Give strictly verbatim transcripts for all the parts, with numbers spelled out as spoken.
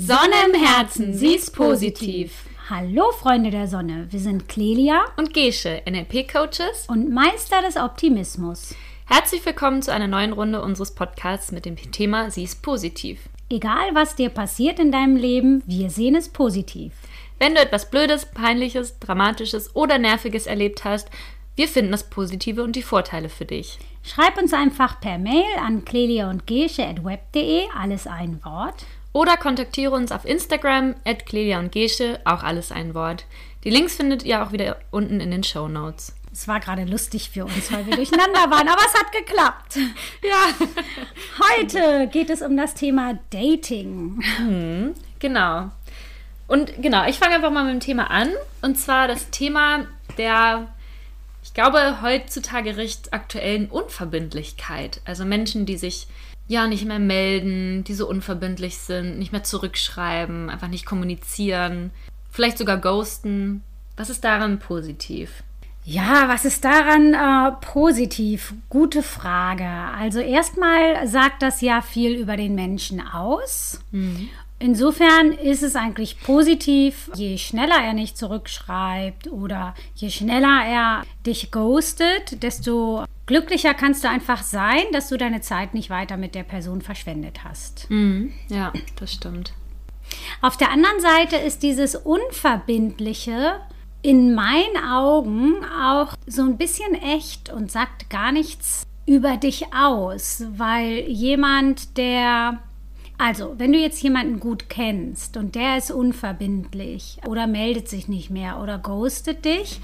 Sonne im Herzen, sie ist positiv. Hallo Freunde der Sonne, wir sind Clelia und Gesche, N L P-Coaches und Meister des Optimismus. Herzlich willkommen zu einer neuen Runde unseres Podcasts mit dem Thema Sie ist positiv. Egal, was dir passiert in deinem Leben, wir sehen es positiv. Wenn du etwas Blödes, Peinliches, Dramatisches oder Nerviges erlebt hast, wir finden das Positive und die Vorteile für dich. Schreib uns einfach per Mail an clelia und gesche at web punkt de, alles ein Wort. Oder kontaktiere uns auf Instagram at clelia und gesche, auch alles ein Wort. Die Links findet ihr auch wieder unten in den Shownotes. Es war gerade lustig für uns, weil wir durcheinander waren, aber es hat geklappt. Ja. Heute geht es um das Thema Dating. Hm, genau. Und genau, ich fange einfach mal mit dem Thema an. Und zwar das Thema der, ich glaube, heutzutage recht aktuellen Unverbindlichkeit. Also Menschen, die sich ja nicht mehr melden, die so unverbindlich sind, nicht mehr zurückschreiben, einfach nicht kommunizieren, vielleicht sogar ghosten. Was ist daran positiv? Ja, was ist daran äh, positiv? Gute Frage. Also erstmal sagt das ja viel über den Menschen aus. Mhm. Insofern ist es eigentlich positiv, je schneller er nicht zurückschreibt oder je schneller er dich ghostet, desto glücklicher kannst du einfach sein, dass du deine Zeit nicht weiter mit der Person verschwendet hast. Mhm. Ja, das stimmt. Auf der anderen Seite ist dieses Unverbindliche in meinen Augen auch so ein bisschen echt und sagt gar nichts über dich aus, weil jemand, der, also wenn du jetzt jemanden gut kennst und der ist unverbindlich oder meldet sich nicht mehr oder ghostet dich,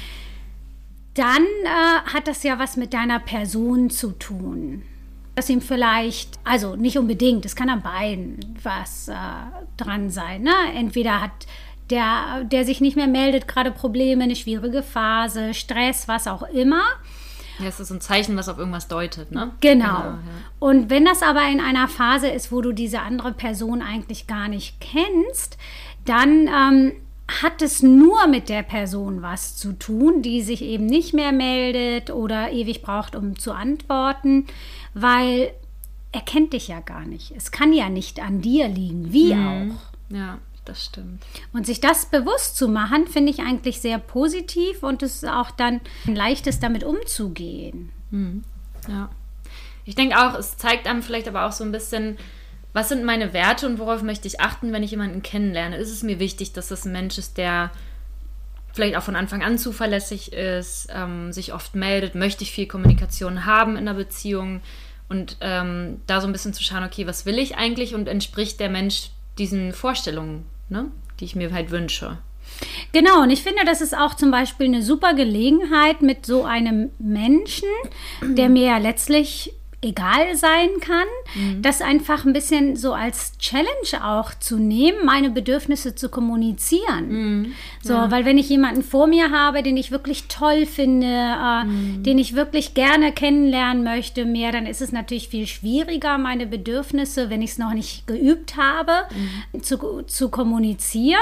dann äh, hat das ja was mit deiner Person zu tun. Dass ihm vielleicht, also nicht unbedingt, es kann an beiden was äh, dran sein, ne? Entweder hat Der, der sich nicht mehr meldet, gerade Probleme, eine schwierige Phase, Stress, was auch immer. Ja, es ist ein Zeichen, was auf irgendwas deutet, ne? Genau. genau ja. Und wenn das aber in einer Phase ist, wo du diese andere Person eigentlich gar nicht kennst, dann ähm, hat es nur mit der Person was zu tun, die sich eben nicht mehr meldet oder ewig braucht, um zu antworten, weil er kennt dich ja gar nicht. Es kann ja nicht an dir liegen, wie mhm. auch. Ja. Das stimmt. Und sich das bewusst zu machen, finde ich eigentlich sehr positiv und es ist auch dann ein leichtes, damit umzugehen. Mhm. Ja. Ich denke auch, es zeigt einem vielleicht aber auch so ein bisschen, was sind meine Werte und worauf möchte ich achten, wenn ich jemanden kennenlerne? Ist es mir wichtig, dass das ein Mensch ist, der vielleicht auch von Anfang an zuverlässig ist, ähm, sich oft meldet, möchte ich viel Kommunikation haben in der Beziehung und ähm, da so ein bisschen zu schauen, okay, was will ich eigentlich und entspricht der Mensch diesen Vorstellungen, ne, die ich mir halt wünsche. Genau, und ich finde, das ist auch zum Beispiel eine super Gelegenheit mit so einem Menschen, der mir ja letztlich egal sein kann, mhm. das einfach ein bisschen so als Challenge auch zu nehmen, meine Bedürfnisse zu kommunizieren. Mhm. So, ja. Weil wenn ich jemanden vor mir habe, den ich wirklich toll finde, äh, mhm. den ich wirklich gerne kennenlernen möchte mehr, dann ist es natürlich viel schwieriger, meine Bedürfnisse, wenn ich es noch nicht geübt habe, mhm. zu, zu kommunizieren,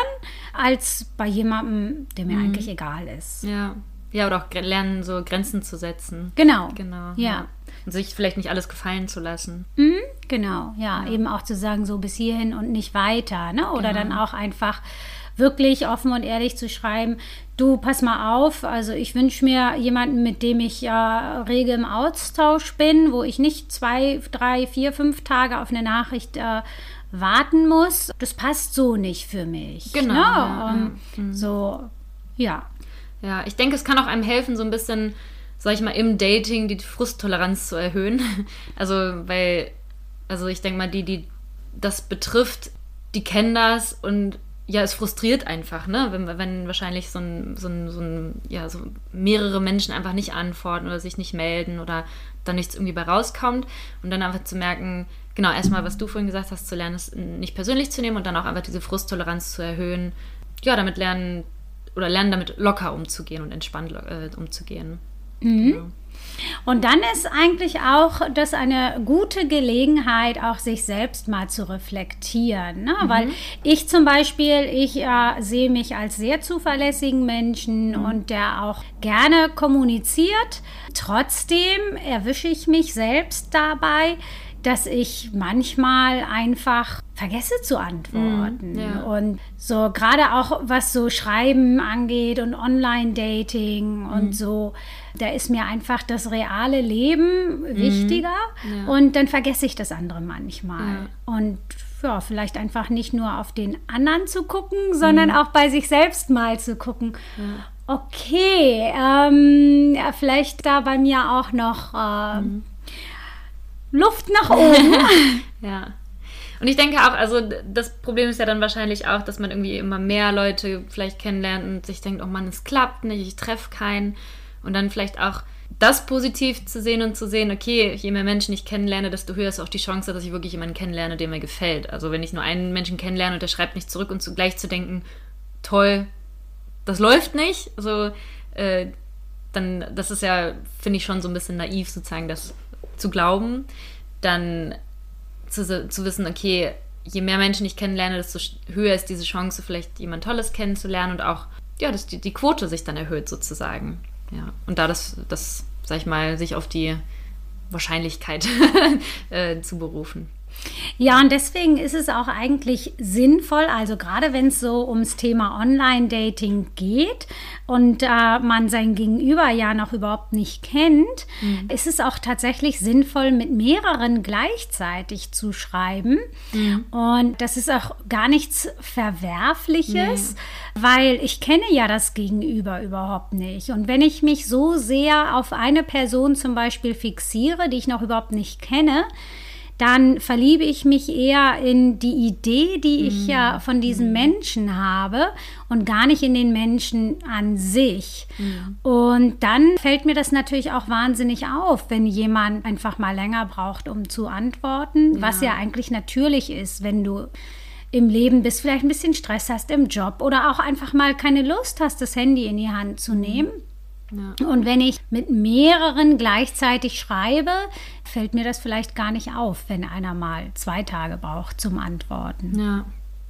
als bei jemandem, der mir mhm. eigentlich egal ist. Ja. Ja, oder auch lernen, so Grenzen zu setzen. Genau. Genau. Ja. ja. Und sich vielleicht nicht alles gefallen zu lassen. Mhm, genau, ja, ja. Eben auch zu sagen, so bis hierhin und nicht weiter. Ne? Oder genau. dann auch einfach wirklich offen und ehrlich zu schreiben, du, pass mal auf, also ich wünsche mir jemanden, mit dem ich ja äh, rege im Austausch bin, wo ich nicht zwei, drei, vier, fünf Tage auf eine Nachricht äh, warten muss. Das passt so nicht für mich. Genau. Ne? Ja, um, ja. Mhm. So, ja. Ja, ich denke, es kann auch einem helfen, so ein bisschen, sag ich mal, im Dating die Frusttoleranz zu erhöhen. Also, weil, also ich denke mal, die, die das betrifft, die kennen das und ja, es frustriert einfach, ne? Wenn, wenn wahrscheinlich so ein, so ein, so ein, ja, so mehrere Menschen einfach nicht antworten oder sich nicht melden oder dann nichts irgendwie bei rauskommt und dann einfach zu merken, genau, erstmal, was du vorhin gesagt hast, zu lernen, es nicht persönlich zu nehmen und dann auch einfach diese Frusttoleranz zu erhöhen. Ja, damit lernen, oder lernen damit locker umzugehen und entspannt äh, umzugehen. Mhm. Genau. Und dann ist eigentlich auch das eine gute Gelegenheit, auch sich selbst mal zu reflektieren. Ne? Mhm. Weil ich zum Beispiel, ich äh, sehe mich als sehr zuverlässigen Menschen mhm. und der auch gerne kommuniziert. Trotzdem erwische ich mich selbst dabei, dass ich manchmal einfach vergesse zu antworten. Mm, ja. Und so gerade auch, was so Schreiben angeht und Online-Dating mm. und so, da ist mir einfach das reale Leben mm. wichtiger. Ja. Und dann vergesse ich das andere manchmal. Ja. Und ja, vielleicht einfach nicht nur auf den anderen zu gucken, sondern mm. auch bei sich selbst mal zu gucken. Ja. Okay, ähm, ja, vielleicht da bei mir auch noch äh, mm. Luft nach oben. Ja. Und ich denke auch, also das Problem ist ja dann wahrscheinlich auch, dass man irgendwie immer mehr Leute vielleicht kennenlernt und sich denkt, oh Mann, es klappt nicht, ich treffe keinen. Und dann vielleicht auch das positiv zu sehen und zu sehen, okay, je mehr Menschen ich kennenlerne, desto höher ist auch die Chance, dass ich wirklich jemanden kennenlerne, der mir gefällt. Also wenn ich nur einen Menschen kennenlerne und der schreibt nicht zurück und zugleich zu denken, toll, das läuft nicht. Also äh, dann, das ist ja, finde ich, schon so ein bisschen naiv sozusagen, das zu glauben. Dann zu, zu wissen, okay, je mehr Menschen ich kennenlerne, desto höher ist diese Chance, vielleicht jemand Tolles kennenzulernen und auch, ja, dass die, die Quote sich dann erhöht sozusagen. Ja. Und da das, das, sag ich mal, sich auf die Wahrscheinlichkeit äh, zu berufen. Ja, und deswegen ist es auch eigentlich sinnvoll, also gerade wenn es so ums Thema Online-Dating geht und äh, man sein Gegenüber ja noch überhaupt nicht kennt, mhm. ist es auch tatsächlich sinnvoll, mit mehreren gleichzeitig zu schreiben. Mhm. Und das ist auch gar nichts Verwerfliches, nee. weil ich kenne ja das Gegenüber überhaupt nicht. Und wenn ich mich so sehr auf eine Person zum Beispiel fixiere, die ich noch überhaupt nicht kenne, dann verliebe ich mich eher in die Idee, die ich mm. ja von diesem mm. Menschen habe und gar nicht in den Menschen an sich. Mm. Und dann fällt mir das natürlich auch wahnsinnig auf, wenn jemand einfach mal länger braucht, um zu antworten, ja. was ja eigentlich natürlich ist, wenn du im Leben bist, vielleicht ein bisschen Stress hast im Job oder auch einfach mal keine Lust hast, das Handy in die Hand zu nehmen. Ja. Und wenn ich mit mehreren gleichzeitig schreibe, fällt mir das vielleicht gar nicht auf, wenn einer mal zwei Tage braucht zum Antworten. Ja.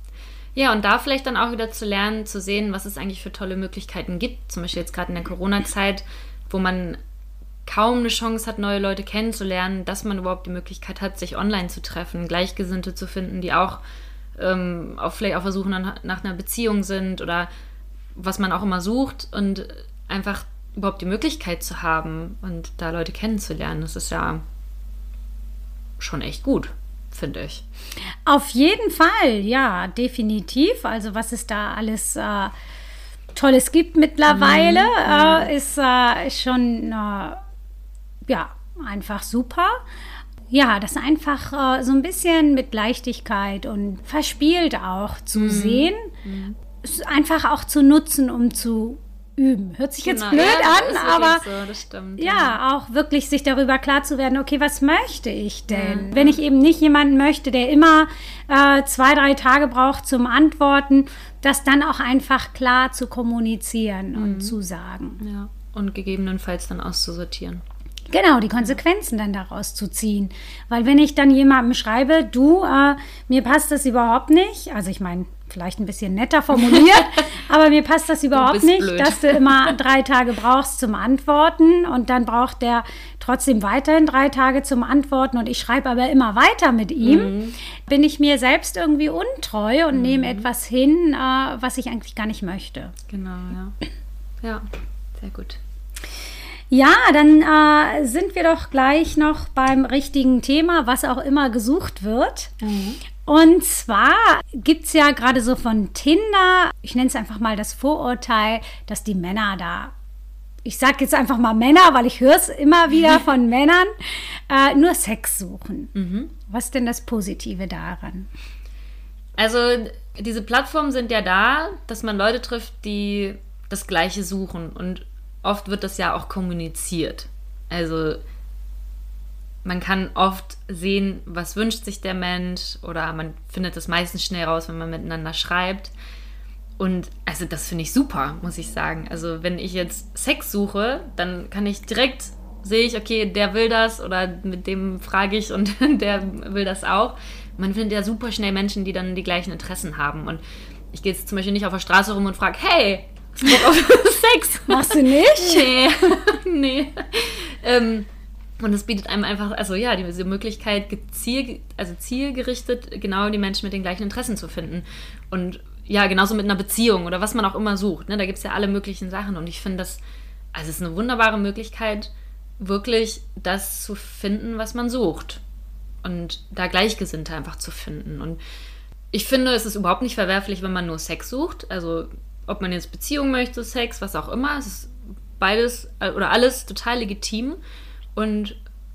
Ja, und da vielleicht dann auch wieder zu lernen, zu sehen, was es eigentlich für tolle Möglichkeiten gibt. Zum Beispiel jetzt gerade in der Corona-Zeit, wo man kaum eine Chance hat, neue Leute kennenzulernen, dass man überhaupt die Möglichkeit hat, sich online zu treffen, Gleichgesinnte zu finden, die auch ähm, auf, vielleicht auf Versuchen nach, nach einer Beziehung sind oder was man auch immer sucht und einfach überhaupt die Möglichkeit zu haben und da Leute kennenzulernen, das ist ja schon echt gut, finde ich. Auf jeden Fall, ja, definitiv. Also was es da alles äh, Tolles gibt mittlerweile, mhm. äh, ist äh, schon äh, ja, einfach super. Ja, das einfach äh, so ein bisschen mit Leichtigkeit und verspielt auch zu mhm. sehen, mhm. einfach auch zu nutzen, um zu üben. Hört sich jetzt genau. blöd ja, an, aber so, das stimmt, ja, ja, auch wirklich sich darüber klar zu werden, okay, was möchte ich denn? Ja, Wenn ja. ich eben nicht jemanden möchte, der immer äh, zwei, drei Tage braucht zum Antworten, das dann auch einfach klar zu kommunizieren mhm. und zu sagen. Ja, und gegebenenfalls dann auszusortieren. Genau, die Konsequenzen dann daraus zu ziehen. Weil wenn ich dann jemandem schreibe, du, äh, mir passt das überhaupt nicht, also ich meine, vielleicht ein bisschen netter formuliert, aber mir passt das überhaupt nicht, blöd. Dass du immer drei Tage brauchst zum Antworten und dann braucht der trotzdem weiterhin drei Tage zum Antworten und ich schreibe aber immer weiter mit ihm, mhm. bin ich mir selbst irgendwie untreu und mhm. nehme etwas hin, äh, was ich eigentlich gar nicht möchte. Genau, ja. Ja, sehr gut. Ja, dann äh, sind wir doch gleich noch beim richtigen Thema, was auch immer gesucht wird. Mhm. Und zwar gibt es ja gerade so von Tinder, ich nenne es einfach mal das Vorurteil, dass die Männer da, ich sage jetzt einfach mal Männer, weil ich höre es immer wieder von Männern, äh, nur Sex suchen. Mhm. Was ist denn das Positive daran? Also diese Plattformen sind ja da, dass man Leute trifft, die das Gleiche suchen und oft wird das ja auch kommuniziert. Also man kann oft sehen, was wünscht sich der Mensch oder man findet das meistens schnell raus, wenn man miteinander schreibt. Und also das finde ich super, muss ich sagen. Also wenn ich jetzt Sex suche, dann kann ich direkt, sehe ich, okay, der will das oder mit dem frage ich und der will das auch. Man findet ja super schnell Menschen, die dann die gleichen Interessen haben. Und ich gehe jetzt zum Beispiel nicht auf der Straße rum und frage, hey, Bock auf Sex? Machst du nicht? Nee, nee. Ähm, Und es bietet einem einfach, also ja, diese Möglichkeit, geziel, also zielgerichtet genau die Menschen mit den gleichen Interessen zu finden. Und ja, genauso mit einer Beziehung oder was man auch immer sucht. Ne? Da gibt es ja alle möglichen Sachen. Und ich finde das, also es ist eine wunderbare Möglichkeit, wirklich das zu finden, was man sucht. Und da Gleichgesinnte einfach zu finden. Und ich finde, es ist überhaupt nicht verwerflich, wenn man nur Sex sucht. Also ob man jetzt Beziehung möchte, Sex, was auch immer. Es ist beides oder alles total legitim. Und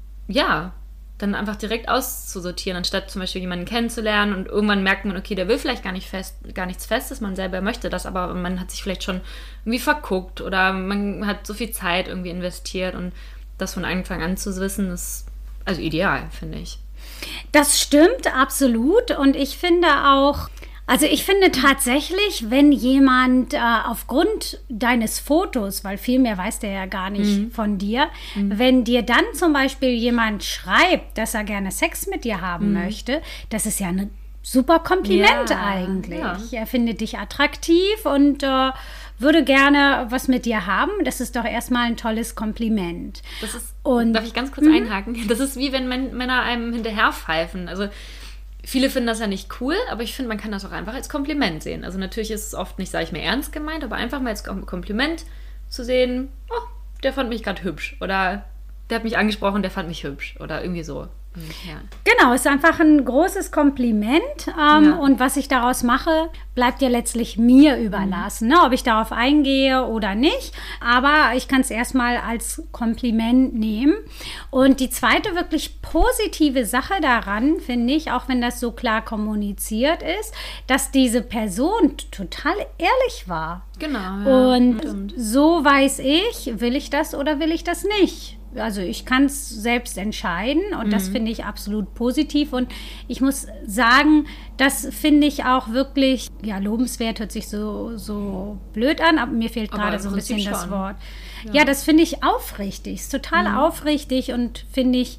ja, dann einfach direkt auszusortieren, anstatt zum Beispiel jemanden kennenzulernen und irgendwann merkt man, okay, der will vielleicht gar nicht fest, gar nichts Festes, man selber möchte das, aber man hat sich vielleicht schon irgendwie verguckt oder man hat so viel Zeit irgendwie investiert und das von Anfang an zu wissen, ist also ideal, finde ich. Das stimmt, absolut. Und ich finde auch, also ich finde tatsächlich, wenn jemand äh, aufgrund deines Fotos, weil viel mehr weiß der ja gar nicht mhm. von dir, mhm. wenn dir dann zum Beispiel jemand schreibt, dass er gerne Sex mit dir haben mhm. möchte, das ist ja ein super Kompliment ja, eigentlich. Ja. Er findet dich attraktiv und äh, würde gerne was mit dir haben. Das ist doch erstmal ein tolles Kompliment. Das ist, und, darf ich ganz kurz mh? einhaken? Das ist wie wenn Männer einem hinterherpfeifen. Also viele finden das ja nicht cool, aber ich finde, man kann das auch einfach als Kompliment sehen. Also natürlich ist es oft nicht, sage ich mir, ernst gemeint, aber einfach mal als Kompliment zu sehen, oh, der fand mich gerade hübsch oder der hat mich angesprochen, der fand mich hübsch oder irgendwie so. Ja. Genau, ist einfach ein großes Kompliment ähm, ja. und was ich daraus mache, bleibt ja letztlich mir überlassen, mhm. ne? Ob ich darauf eingehe oder nicht, aber ich kann es erstmal als Kompliment nehmen. Und die zweite wirklich positive Sache daran, finde ich, auch wenn das so klar kommuniziert ist, dass diese Person total ehrlich war. Genau. Ja, und stimmt. So weiß ich, will ich das oder will ich das nicht? Also ich kann es selbst entscheiden und mhm. das finde ich absolut positiv und ich muss sagen, das finde ich auch wirklich, ja, lobenswert, hört sich so, so blöd an, aber mir fehlt gerade so ein bisschen schon. das Wort. Ja, ja das finde ich aufrichtig, ist total mhm. aufrichtig und finde ich,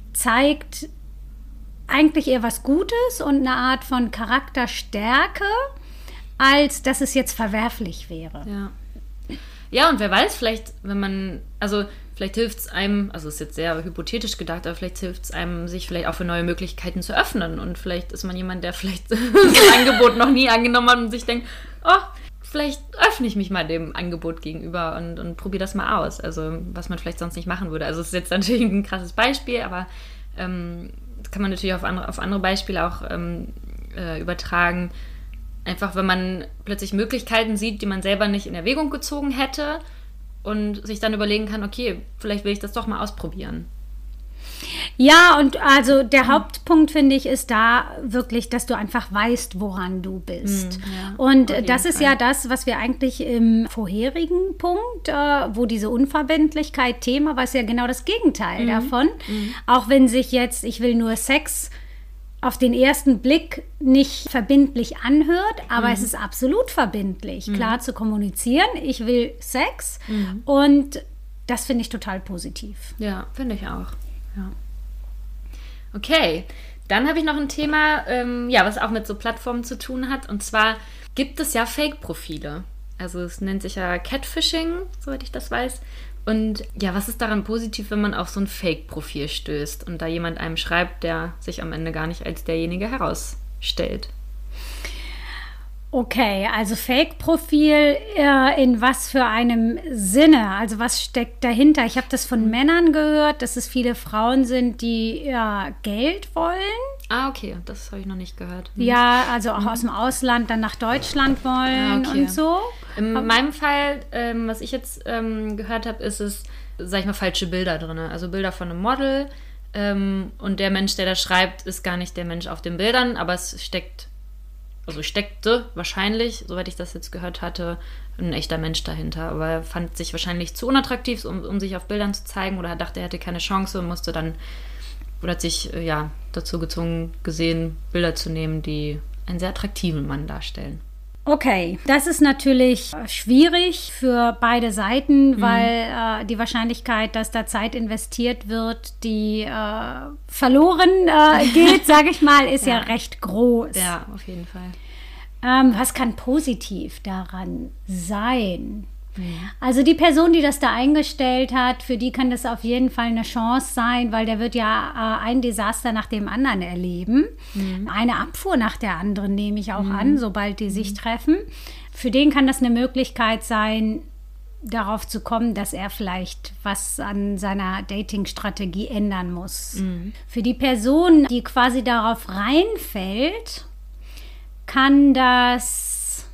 zeigt eigentlich eher was Gutes und eine Art von Charakterstärke, als dass es jetzt verwerflich wäre. Ja. Ja, und wer weiß, vielleicht, wenn man, also vielleicht hilft es einem, also ist jetzt sehr hypothetisch gedacht, aber vielleicht hilft es einem, sich vielleicht auch für neue Möglichkeiten zu öffnen. Und vielleicht ist man jemand, der vielleicht so ein Angebot noch nie angenommen hat und sich denkt, oh, vielleicht öffne ich mich mal dem Angebot gegenüber und, und probiere das mal aus. Also was man vielleicht sonst nicht machen würde. Also es ist jetzt natürlich ein krasses Beispiel, aber ähm, das kann man natürlich auf andere, auf andere Beispiele auch ähm, äh, übertragen. Einfach, wenn man plötzlich Möglichkeiten sieht, die man selber nicht in Erwägung gezogen hätte und sich dann überlegen kann, okay, vielleicht will ich das doch mal ausprobieren. Ja, und also der Hauptpunkt, finde ich, ist da wirklich, dass du einfach weißt, woran du bist. Mhm, ja, und das ist Fall. ja das, was wir eigentlich im vorherigen Punkt, äh, wo diese Unverbindlichkeit Thema war, ist ja genau das Gegenteil mhm. davon. Mhm. Auch wenn sich jetzt, ich will nur Sex auf den ersten Blick nicht verbindlich anhört, aber mhm. es ist absolut verbindlich, mhm. klar zu kommunizieren. Ich will Sex mhm. und das finde ich total positiv. Ja, finde ich auch. Ja. Okay, dann habe ich noch ein Thema, ähm, ja, was auch mit so Plattformen zu tun hat. Und zwar gibt es ja Fake-Profile. Also es nennt sich ja Catfishing, soweit ich das weiß. Und ja, was ist daran positiv, wenn man auf so ein Fake-Profil stößt und da jemand einem schreibt, der sich am Ende gar nicht als derjenige herausstellt? Okay, also Fake-Profil äh, in was für einem Sinne? Also was steckt dahinter? Ich habe das von Männern gehört, dass es viele Frauen sind, die ja, Geld wollen. Ah, okay, das habe ich noch nicht gehört. Hm. Ja, also auch hm. aus dem Ausland dann nach Deutschland wollen ah, okay. und so. In Aber, meinem Fall, ähm, was ich jetzt ähm, gehört habe, ist es, sag ich mal, falsche Bilder drin. Also Bilder von einem Model ähm, und der Mensch, der da schreibt, ist gar nicht der Mensch auf den Bildern, aber es steckt Also steckte wahrscheinlich, soweit ich das jetzt gehört hatte, ein echter Mensch dahinter. Aber er fand sich wahrscheinlich zu unattraktiv, um, um sich auf Bildern zu zeigen. Oder er dachte, er hätte keine Chance und musste dann, oder hat sich ja, dazu gezwungen gesehen, Bilder zu nehmen, die einen sehr attraktiven Mann darstellen. Okay, das ist natürlich schwierig für beide Seiten, mhm. weil äh, die Wahrscheinlichkeit, dass da Zeit investiert wird, die äh, verloren äh, geht, sage ich mal, ist ja. ja recht groß. Ja, auf jeden Fall. Ähm, was kann positiv daran sein? Also die Person, die das da eingestellt hat, für die kann das auf jeden Fall eine Chance sein, weil der wird ja äh, ein Desaster nach dem anderen erleben. Mhm. Eine Abfuhr nach der anderen nehme ich auch mhm. an, sobald die sich treffen. Für den kann das eine Möglichkeit sein, darauf zu kommen, dass er vielleicht was an seiner Dating-Strategie ändern muss. Mhm. Für die Person, die quasi darauf reinfällt, kann das...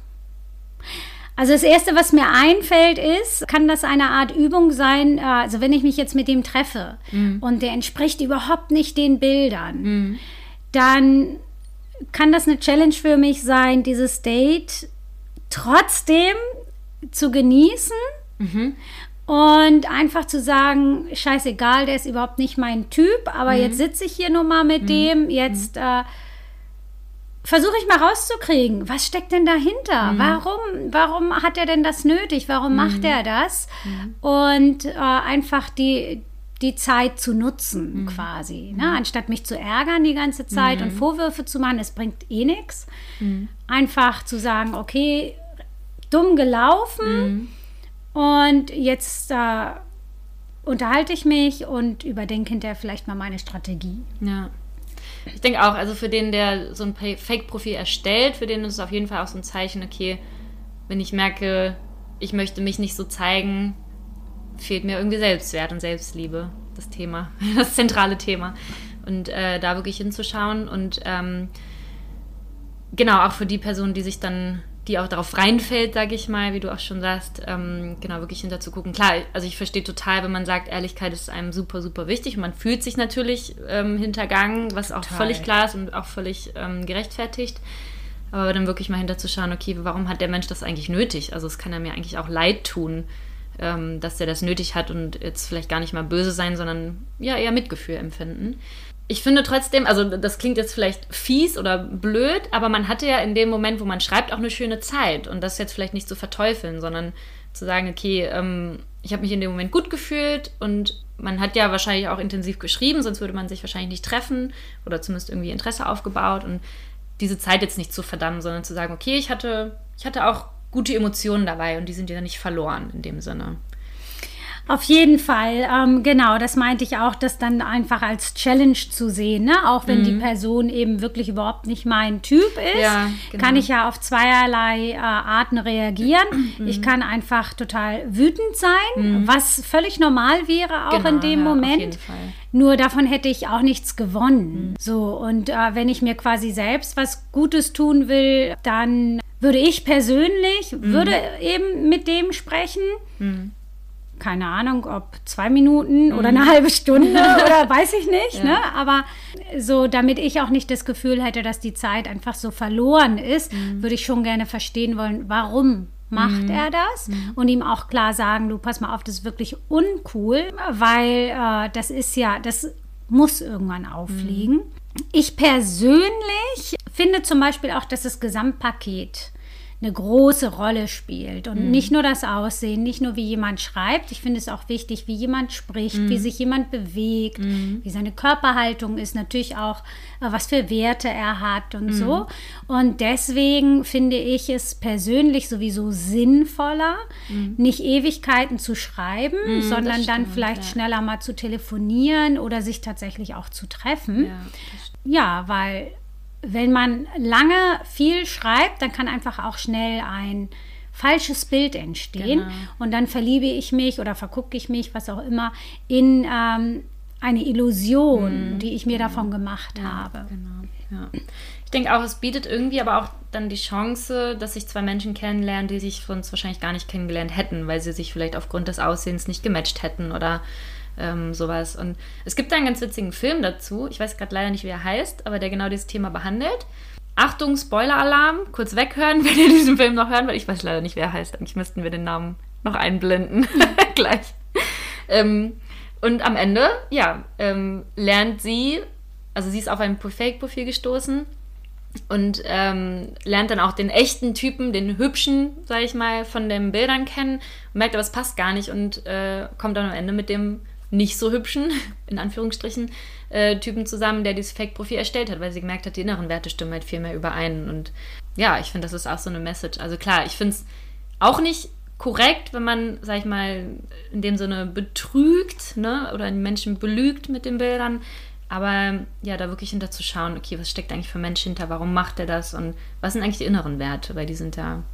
Also das Erste, was mir einfällt, ist, kann das eine Art Übung sein, also wenn ich mich jetzt mit dem treffe mhm. und der entspricht überhaupt nicht den Bildern, mhm. dann kann das eine Challenge für mich sein, dieses Date trotzdem zu genießen mhm. und einfach zu sagen, scheißegal, der ist überhaupt nicht mein Typ, aber mhm. jetzt sitze ich hier nur mal mit mhm. dem, jetzt... Mhm. Äh, versuche ich mal rauszukriegen, was steckt denn dahinter? Mhm. Warum, warum hat er denn das nötig? Warum mhm. macht er das? Mhm. Und äh, einfach die, die Zeit zu nutzen, mhm. quasi. Ne? Anstatt mich zu ärgern die ganze Zeit mhm. und Vorwürfe zu machen, es bringt eh nichts. Mhm. Einfach zu sagen, okay, dumm gelaufen mhm. und jetzt äh, unterhalte ich mich und überdenke hinterher vielleicht mal meine Strategie. Ja. Ich denke auch, also für den, der so ein Fake-Profil erstellt, für den ist es auf jeden Fall auch so ein Zeichen, okay, wenn ich merke, ich möchte mich nicht so zeigen, fehlt mir irgendwie Selbstwert und Selbstliebe, das Thema, das zentrale Thema. Und äh, da wirklich hinzuschauen und ähm, genau, auch für die Person, die sich dann, die auch darauf reinfällt, sage ich mal, wie du auch schon sagst, ähm, genau, wirklich hinter zu gucken. Klar, also ich verstehe total, wenn man sagt, Ehrlichkeit ist einem super, super wichtig und man fühlt sich natürlich ähm, hintergangen, was auch total. Völlig klar ist und auch völlig ähm, gerechtfertigt. Aber dann wirklich mal hinterzuschauen, okay, warum hat der Mensch das eigentlich nötig? Also es kann ja mir eigentlich auch leid tun, ähm, dass der das nötig hat und jetzt vielleicht gar nicht mal böse sein, sondern ja eher Mitgefühl empfinden. Ich finde trotzdem, also das klingt jetzt vielleicht fies oder blöd, aber man hatte ja in dem Moment, wo man schreibt, auch eine schöne Zeit. Und das jetzt vielleicht nicht zu verteufeln, sondern zu sagen, okay, ähm, ich habe mich in dem Moment gut gefühlt und man hat ja wahrscheinlich auch intensiv geschrieben, sonst würde man sich wahrscheinlich nicht treffen oder zumindest irgendwie Interesse aufgebaut. Und diese Zeit jetzt nicht zu verdammen, sondern zu sagen, okay, ich hatte, ich hatte auch gute Emotionen dabei und die sind ja nicht verloren in dem Sinne. Auf jeden Fall, ähm, genau, das meinte ich auch, das dann einfach als Challenge zu sehen, ne? Auch wenn mhm. die Person eben wirklich überhaupt nicht mein Typ ist, ja, genau. kann ich ja auf zweierlei äh, Arten reagieren. Mhm. Ich kann einfach total wütend sein, mhm. was völlig normal wäre auch genau, in dem ja, Moment. Auf jeden Fall. Nur davon hätte ich auch nichts gewonnen. Mhm. So, und äh, wenn ich mir quasi selbst was Gutes tun will, dann würde ich persönlich, mhm. würde eben mit dem sprechen. Mhm. Keine Ahnung, ob zwei Minuten mhm. oder eine halbe Stunde oder weiß ich nicht, ja. ne? Aber so, damit ich auch nicht das Gefühl hätte, dass die Zeit einfach so verloren ist, mhm. würde ich schon gerne verstehen wollen, warum macht mhm. er das? Mhm. Und ihm auch klar sagen, du, pass mal auf, das ist wirklich uncool, weil äh, das ist ja, das muss irgendwann auffliegen. Mhm. Ich persönlich finde zum Beispiel auch, dass das Gesamtpaket eine große Rolle spielt und mhm. nicht nur das Aussehen, nicht nur wie jemand schreibt. Ich finde es auch wichtig, wie jemand spricht, mhm. wie sich jemand bewegt, mhm. wie seine Körperhaltung ist, natürlich auch, äh, was für Werte er hat und mhm. so. Und deswegen finde ich es persönlich sowieso sinnvoller, mhm. nicht Ewigkeiten zu schreiben, mhm, sondern dann vielleicht ja. schneller mal zu telefonieren oder sich tatsächlich auch zu treffen. Ja, ja, weil wenn man lange viel schreibt, dann kann einfach auch schnell ein falsches Bild entstehen. Genau. Und dann verliebe ich mich oder vergucke ich mich, was auch immer, in ähm, eine Illusion, mhm. die ich mir genau. davon gemacht ja, habe. Genau. Ja. Ich denke auch, es bietet irgendwie aber auch dann die Chance, dass sich zwei Menschen kennenlernen, die sich sonst wahrscheinlich gar nicht kennengelernt hätten, weil sie sich vielleicht aufgrund des Aussehens nicht gematcht hätten oder Ähm, sowas. Und es gibt da einen ganz witzigen Film dazu, ich weiß gerade leider nicht, wie er heißt, aber der genau dieses Thema behandelt. Achtung, Spoiler-Alarm, kurz weghören, wenn ihr diesen Film noch hören wollt. Ich weiß leider nicht, wie er heißt, eigentlich müssten wir den Namen noch einblenden. Gleich. Ähm, und am Ende, ja, ähm, lernt sie, also sie ist auf ein Fake-Profil gestoßen und ähm, lernt dann auch den echten Typen, den hübschen, sag ich mal, von den Bildern kennen und merkt, aber es passt gar nicht und äh, kommt dann am Ende mit dem nicht so hübschen, in Anführungsstrichen, äh, Typen zusammen, der dieses Fake-Profil erstellt hat, weil sie gemerkt hat, die inneren Werte stimmen halt viel mehr überein. Und ja, ich finde, das ist auch so eine Message. Also klar, ich finde es auch nicht korrekt, wenn man, sag ich mal, in dem Sinne betrügt, ne, oder einen Menschen belügt mit den Bildern. Aber ja, da wirklich hinter zu schauen, okay, was steckt eigentlich für ein Mensch hinter, warum macht er das und was sind eigentlich die inneren Werte, weil die sind da,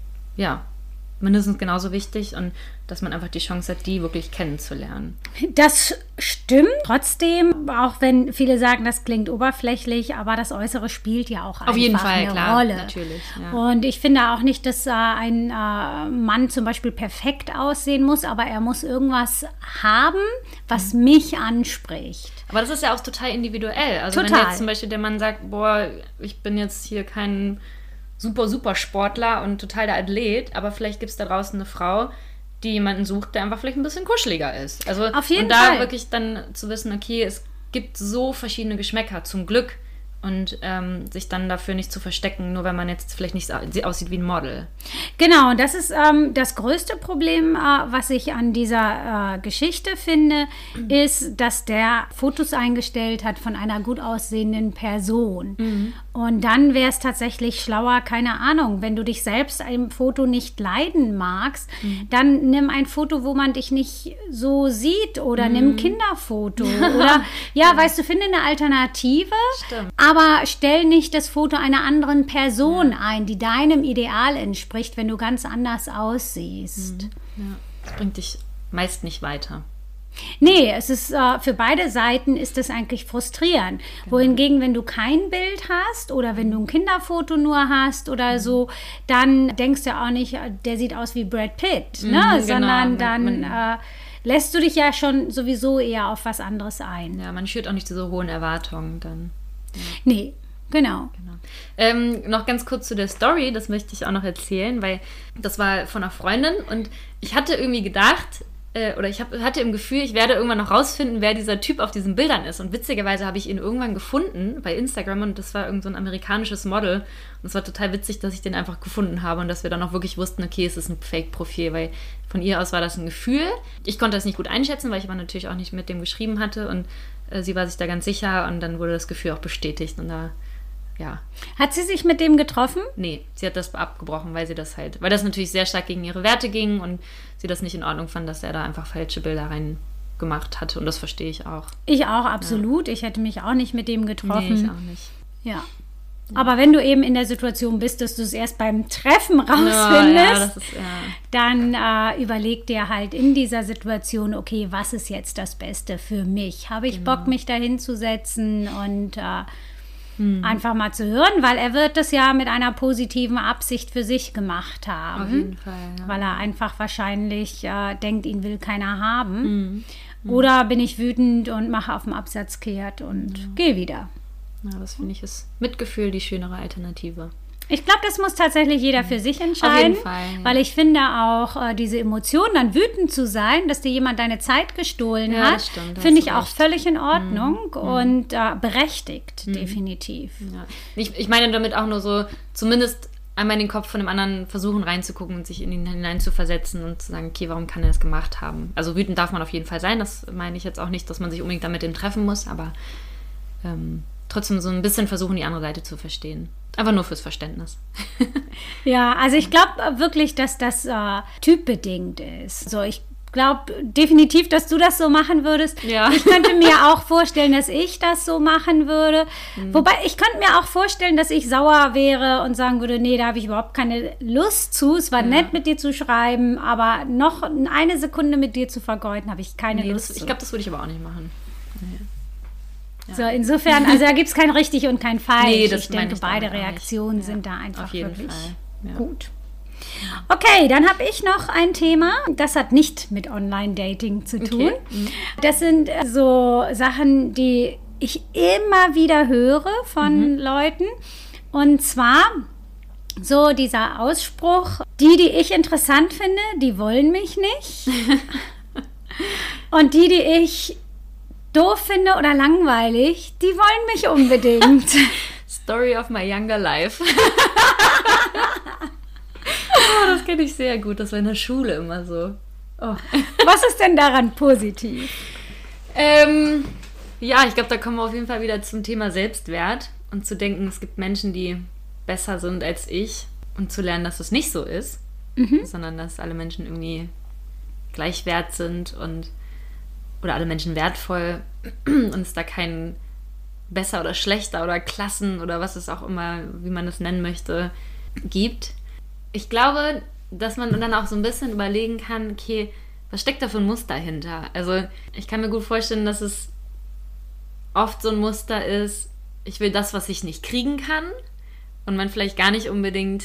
ja, mindestens genauso wichtig und dass man einfach die Chance hat, die wirklich kennenzulernen. Das stimmt. Trotzdem, auch wenn viele sagen, das klingt oberflächlich, aber das Äußere spielt ja auch einfach Auf jeden Fall, eine klar, Rolle. Natürlich. Ja. Und ich finde auch nicht, dass äh, ein äh, Mann zum Beispiel perfekt aussehen muss, aber er muss irgendwas haben, was mhm. mich anspricht. Aber das ist ja auch total individuell. Also total. Wenn jetzt zum Beispiel der Mann sagt, boah, ich bin jetzt hier kein super, super Sportler und total der Athlet, aber vielleicht gibt es da draußen eine Frau, die jemanden sucht, der einfach vielleicht ein bisschen kuscheliger ist. Also auf jeden und da Fall. wirklich dann zu wissen, okay, es gibt so verschiedene Geschmäcker, zum Glück. Und ähm, sich dann dafür nicht zu verstecken, nur weil man jetzt vielleicht nicht aussieht wie ein Model. Genau, und das ist ähm, das größte Problem, äh, was ich an dieser äh, Geschichte finde, mhm. ist, dass der Fotos eingestellt hat von einer gut aussehenden Person. Mhm. Und dann wäre es tatsächlich schlauer, keine Ahnung, wenn du dich selbst im Foto nicht leiden magst, mhm. dann nimm ein Foto, wo man dich nicht so sieht oder mhm. nimm ein Kinderfoto. Oder, ja, ja, weißt du, finde eine Alternative. Stimmt. Aber stell nicht das Foto einer anderen Person ja. ein, die deinem Ideal entspricht, wenn du ganz anders aussiehst. Ja, das bringt dich meist nicht weiter. Nee, es ist äh, für beide Seiten ist es eigentlich frustrierend. Genau. Wohingegen, wenn du kein Bild hast oder wenn du ein Kinderfoto nur hast oder mhm. so, dann denkst du auch nicht, der sieht aus wie Brad Pitt, mhm, ne? Genau. Sondern dann äh, lässt du dich ja schon sowieso eher auf was anderes ein. Ja, man schürt auch nicht so hohen Erwartungen dann. Ja. Nee, genau. genau. Ähm, noch ganz kurz zu der Story, das möchte ich auch noch erzählen, weil das war von einer Freundin und ich hatte irgendwie gedacht, äh, oder ich hab, hatte im Gefühl, ich werde irgendwann noch rausfinden, wer dieser Typ auf diesen Bildern ist. Und witzigerweise habe ich ihn irgendwann gefunden bei Instagram und das war irgend so ein amerikanisches Model. Und es war total witzig, dass ich den einfach gefunden habe und dass wir dann auch wirklich wussten, okay, es ist ein Fake-Profil, weil von ihr aus war das ein Gefühl. Ich konnte das nicht gut einschätzen, weil ich aber natürlich auch nicht mit dem geschrieben hatte und äh, sie war sich da ganz sicher und dann wurde das Gefühl auch bestätigt und da, ja. Hat sie sich mit dem getroffen? Nee, sie hat das abgebrochen, weil sie das halt, weil das natürlich sehr stark gegen ihre Werte ging und sie das nicht in Ordnung fand, dass er da einfach falsche Bilder rein gemacht hatte und das verstehe ich auch. Ich auch, absolut. Ja. Ich hätte mich auch nicht mit dem getroffen. Nee, ich auch nicht. Ja. Ja. Aber wenn du eben in der Situation bist, dass du es erst beim Treffen rausfindest, ja, ja, das ist, ja. dann äh, überleg dir halt in dieser Situation, okay, was ist jetzt das Beste für mich? Habe ich genau. Bock, mich da hinzusetzen und äh, hm. einfach mal zu hören? Weil er wird das ja mit einer positiven Absicht für sich gemacht haben. Auf jeden Fall, ja. Weil er einfach wahrscheinlich äh, denkt, ihn will keiner haben. Hm. Hm. Oder bin ich wütend und mache auf dem Absatz kehrt und ja. gehe wieder. Ja, das finde ich ist Mitgefühl die schönere Alternative. Ich glaube, das muss tatsächlich jeder für sich entscheiden. Auf jeden Fall. Ja. Weil ich finde auch äh, diese Emotion, dann wütend zu sein, dass dir jemand deine Zeit gestohlen ja, hat, stimmt, finde ich recht. auch völlig in Ordnung mhm. und äh, berechtigt, mhm. definitiv. Ja. Ich, ich meine damit auch nur so, zumindest einmal in den Kopf von dem anderen versuchen reinzugucken und sich in ihn hinein zu versetzen und zu sagen, okay, warum kann er das gemacht haben? Also wütend darf man auf jeden Fall sein, das meine ich jetzt auch nicht, dass man sich unbedingt damit dem treffen muss, aber ähm, trotzdem so ein bisschen versuchen, die andere Seite zu verstehen. Einfach nur fürs Verständnis. Ja, also ich glaube wirklich, dass das äh, typbedingt ist. So, ich glaube definitiv, dass du das so machen würdest. Ja. Ich könnte mir auch vorstellen, dass ich das so machen würde. Mhm. Wobei, ich könnte mir auch vorstellen, dass ich sauer wäre und sagen würde, nee, da habe ich überhaupt keine Lust zu. Es war ja. nett, mit dir zu schreiben, aber noch eine Sekunde mit dir zu vergeuden, habe ich keine nee, Lust das, zu. Ich glaube, das würde ich aber auch nicht machen. Nee. Ja. So, insofern, also da gibt es kein richtig und kein falsch. Nee, das ich denke, ich beide Reaktionen ja. sind da einfach Auf jeden wirklich Fall. Ja. gut. Okay, dann habe ich noch ein Thema, das hat nicht mit Online-Dating zu tun. Okay. Mhm. Das sind so Sachen, die ich immer wieder höre von mhm. Leuten. Und zwar so dieser Ausspruch, die, die ich interessant finde, die wollen mich nicht. Und die, die ich doof finde oder langweilig, die wollen mich unbedingt. Story of my younger life. Oh, das kenne ich sehr gut. Das war in der Schule immer so. Oh. Was ist denn daran positiv? Ähm, ja, ich glaube, da kommen wir auf jeden Fall wieder zum Thema Selbstwert und zu denken, es gibt Menschen, die besser sind als ich und zu lernen, dass es nicht so ist. mhm. sondern dass alle Menschen irgendwie gleich wert sind und oder alle Menschen wertvoll und es da keinen besser oder schlechter oder Klassen oder was es auch immer, wie man es nennen möchte, gibt. Ich glaube, dass man dann auch so ein bisschen überlegen kann, okay, was steckt da für ein Muster hinter? Also ich kann mir gut vorstellen, dass es oft so ein Muster ist, ich will das, was ich nicht kriegen kann und man vielleicht gar nicht unbedingt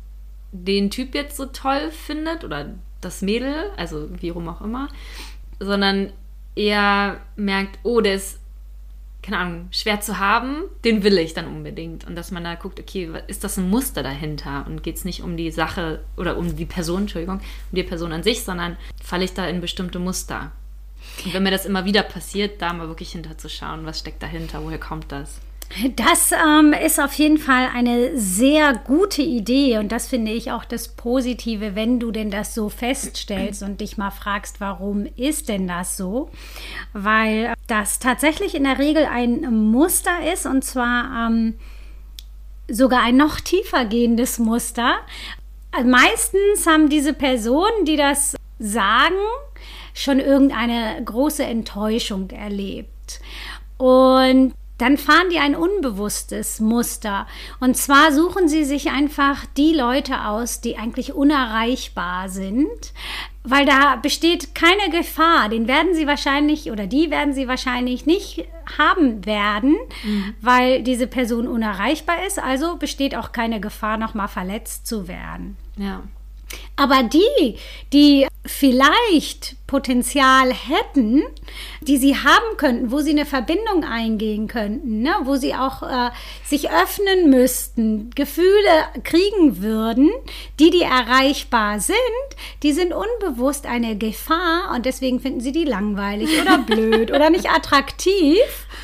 den Typ jetzt so toll findet oder das Mädel, also wie rum auch immer, sondern eher merkt, oh, der ist, keine Ahnung, schwer zu haben, den will ich dann unbedingt. Und dass man da guckt, okay, ist das ein Muster dahinter? Und geht es nicht um die Sache oder um die Person, Entschuldigung, um die Person an sich, sondern falle ich da in bestimmte Muster? Und wenn mir das immer wieder passiert, da mal wirklich hinterzuschauen, was steckt dahinter, woher kommt das? Das ähm, ist auf jeden Fall eine sehr gute Idee und das finde ich auch das Positive, wenn du denn das so feststellst und dich mal fragst, warum ist denn das so? Weil das tatsächlich in der Regel ein Muster ist und zwar ähm, sogar ein noch tiefer gehendes Muster. Meistens haben diese Personen, die das sagen, schon irgendeine große Enttäuschung erlebt und dann fahren die ein unbewusstes Muster. Und zwar suchen sie sich einfach die Leute aus, die eigentlich unerreichbar sind, weil da besteht keine Gefahr. Den werden sie wahrscheinlich oder die werden sie wahrscheinlich nicht haben werden, mhm. weil diese Person unerreichbar ist. Also besteht auch keine Gefahr, nochmal verletzt zu werden. Ja. Aber die, die vielleicht Potenzial hätten, die sie haben könnten, wo sie eine Verbindung eingehen könnten, ne? Wo sie auch äh, sich öffnen müssten, Gefühle kriegen würden, die, die erreichbar sind, die sind unbewusst eine Gefahr und deswegen finden sie die langweilig oder blöd oder nicht attraktiv.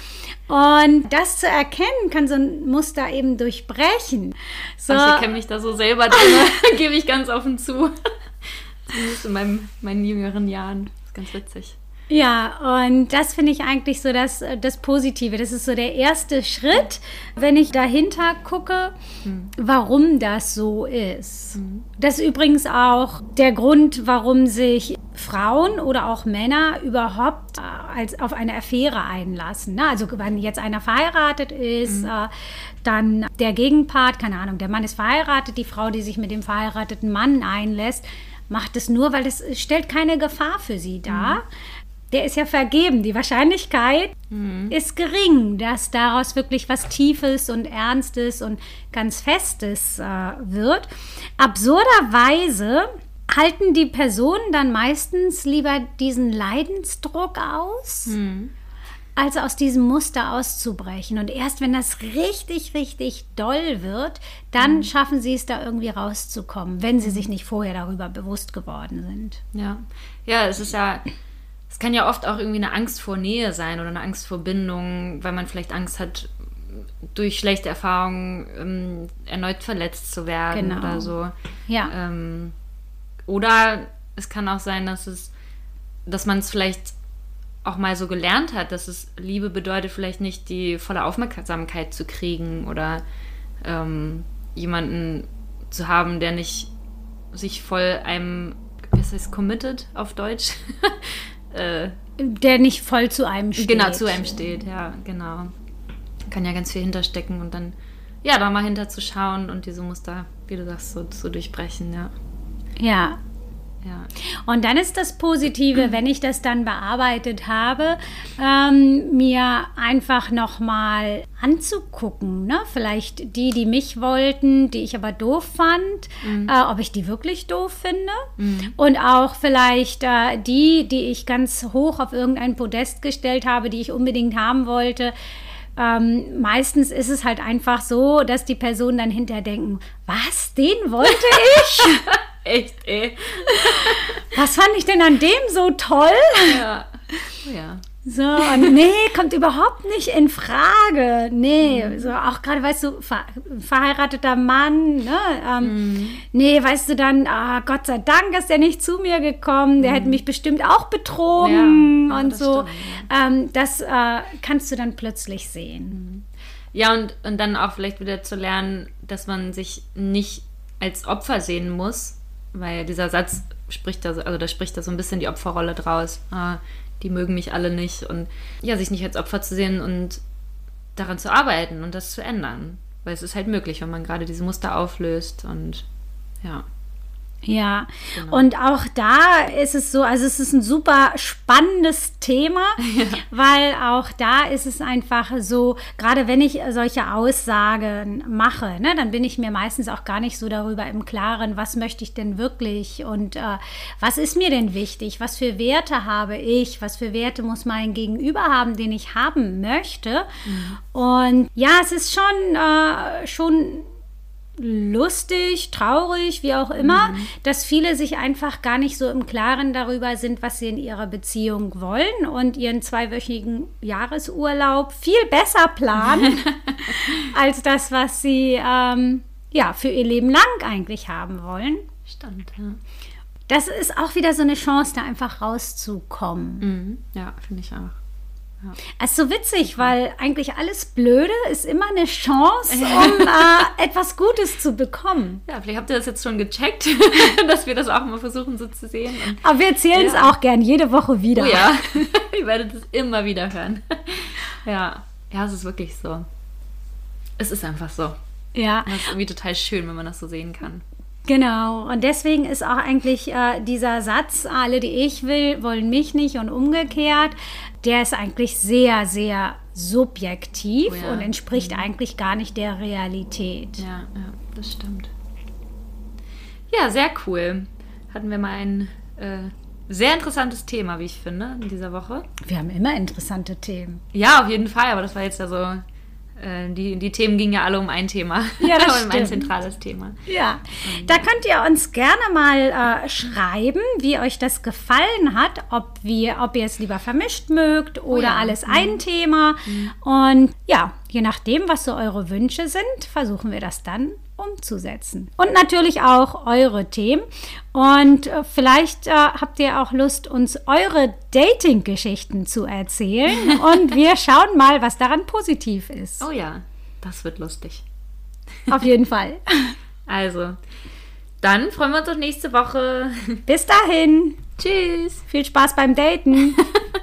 Und das zu erkennen, kann so ein Muster eben durchbrechen. So. Ach, ich kenne mich da so selber drin, gebe ich ganz offen zu. Zumindest in meinem, meinen jüngeren Jahren. Das ist ganz witzig. Ja, und das finde ich eigentlich so das, das Positive. Das ist so der erste Schritt, wenn ich dahinter gucke, hm. warum das so ist. Hm. Das ist übrigens auch der Grund, warum sich Frauen oder auch Männer überhaupt als auf eine Affäre einlassen. Also wenn jetzt einer verheiratet ist, mhm. dann der Gegenpart, keine Ahnung, der Mann ist verheiratet, die Frau, die sich mit dem verheirateten Mann einlässt, macht es nur, weil es stellt keine Gefahr für sie dar. Mhm. Der ist ja vergeben. Die Wahrscheinlichkeit mhm. ist gering, dass daraus wirklich was Tiefes und Ernstes und ganz Festes äh, wird. Absurderweise halten die Personen dann meistens lieber diesen Leidensdruck aus, mhm. als aus diesem Muster auszubrechen. Und erst wenn das richtig, richtig doll wird, dann mhm. schaffen sie es, da irgendwie rauszukommen, wenn sie sich nicht vorher darüber bewusst geworden sind. Ja, ja, es ist ja, es kann ja oft auch irgendwie eine Angst vor Nähe sein oder eine Angst vor Bindung, weil man vielleicht Angst hat, durch schlechte Erfahrungen ähm, erneut verletzt zu werden genau. oder so. Ja. Ähm, Oder es kann auch sein, dass es, dass man es vielleicht auch mal so gelernt hat, dass es Liebe bedeutet, vielleicht nicht die volle Aufmerksamkeit zu kriegen oder ähm, jemanden zu haben, der nicht sich voll einem, was heißt committed auf Deutsch? äh, der nicht voll zu einem steht. Genau, zu einem steht, ja, genau. Kann ja ganz viel hinterstecken und dann, ja, da mal hinterzuschauen und diese Muster, wie du sagst, so zu durchbrechen, ja. Ja. Ja. Und dann ist das Positive, wenn ich das dann bearbeitet habe, ähm, mir einfach nochmal anzugucken, ne? Vielleicht die, die mich wollten, die ich aber doof fand, mhm. äh, ob ich die wirklich doof finde. Mhm. Und auch vielleicht äh, die, die ich ganz hoch auf irgendein Podest gestellt habe, die ich unbedingt haben wollte. Ähm, meistens ist es halt einfach so, dass die Personen dann hinterher denken, was, den wollte ich? Echt, ey. Was fand ich denn an dem so toll? Ja, ja. So, und nee, kommt überhaupt nicht in Frage. Nee, mhm. so auch gerade, weißt du, ver- verheirateter Mann, ne? Ähm, mhm. Nee, weißt du dann, ah, Gott sei Dank ist der nicht zu mir gekommen, der mhm. hätte mich bestimmt auch betrogen ja, und ja, so. Stimmt, ja. ähm, das äh, kannst du dann plötzlich sehen. Ja, und, und dann auch vielleicht wieder zu lernen, dass man sich nicht als Opfer sehen muss, weil dieser Satz spricht da, also da spricht da so ein bisschen die Opferrolle draus. Ah, die mögen mich alle nicht und ja, sich nicht als Opfer zu sehen und daran zu arbeiten und das zu ändern. Weil es ist halt möglich, wenn man gerade diese Muster auflöst und ja. Ja, Genau. Und auch da ist es so, also es ist ein super spannendes Thema, ja. Weil auch da ist es einfach so, gerade wenn ich solche Aussagen mache, ne, dann bin ich mir meistens auch gar nicht so darüber im Klaren, was möchte ich denn wirklich und äh, was ist mir denn wichtig, was für Werte habe ich, was für Werte muss mein Gegenüber haben, den ich haben möchte. Mhm. Und ja, es ist schon, äh, schon lustig, traurig, wie auch immer, mhm. dass viele sich einfach gar nicht so im Klaren darüber sind, was sie in ihrer Beziehung wollen und ihren zweiwöchigen Jahresurlaub viel besser planen, als das, was sie ähm, ja, für ihr Leben lang eigentlich haben wollen. Stimmt, ja. Das ist auch wieder so eine Chance, da einfach rauszukommen. Mhm. Ja, finde ich auch. Ja. Es ist so witzig, weil eigentlich alles Blöde ist immer eine Chance, um äh, etwas Gutes zu bekommen. Ja, vielleicht habt ihr das jetzt schon gecheckt, dass wir das auch mal versuchen so zu sehen. Und aber wir erzählen es ja. auch gern jede Woche wieder. Oh ja, ihr werdet es immer wieder hören. Ja, ja, es ist wirklich so. Es ist einfach so. Ja. Das ist irgendwie total schön, wenn man das so sehen kann. Genau, und deswegen ist auch eigentlich äh, dieser Satz, alle, die ich will, wollen mich nicht und umgekehrt, der ist eigentlich sehr, sehr subjektiv oh ja. und entspricht mhm. eigentlich gar nicht der Realität. Ja, ja, das stimmt. Ja, sehr cool. Hatten wir mal ein äh, sehr interessantes Thema, wie ich finde, in dieser Woche. Wir haben immer interessante Themen. Ja, auf jeden Fall, aber das war jetzt ja so... Die, die Themen gingen ja alle um ein Thema. Ja, das um stimmt. Ein zentrales Thema. Ja, da könnt ihr uns gerne mal äh, schreiben, wie euch das gefallen hat, ob, wir, ob ihr es lieber vermischt mögt oder oh ja. alles mhm. ein Thema. Mhm. Und ja, je nachdem, was so eure Wünsche sind, versuchen wir das dann umzusetzen. Und natürlich auch eure Themen. Und äh, vielleicht äh, habt ihr auch Lust, uns eure Dating-Geschichten zu erzählen. Und wir schauen mal, was daran positiv ist. Oh ja, das wird lustig. Auf jeden Fall. Also, dann freuen wir uns auf nächste Woche. Bis dahin. Tschüss. Viel Spaß beim Daten.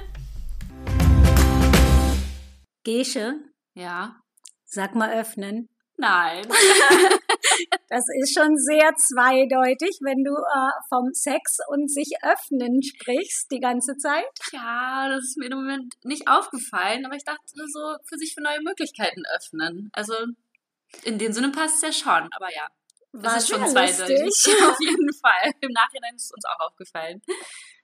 Gesche? Ja? Sag mal öffnen. Nein. Das ist schon sehr zweideutig, wenn du äh, vom Sex und sich öffnen sprichst die ganze Zeit. Ja, das ist mir im Moment nicht aufgefallen, aber ich dachte so, für sich für neue Möglichkeiten öffnen. Also in dem Sinne passt es ja schon, aber ja. Das War ist schon sehr zweideutig. lustig. Auf jeden Fall. Im Nachhinein ist es uns auch aufgefallen.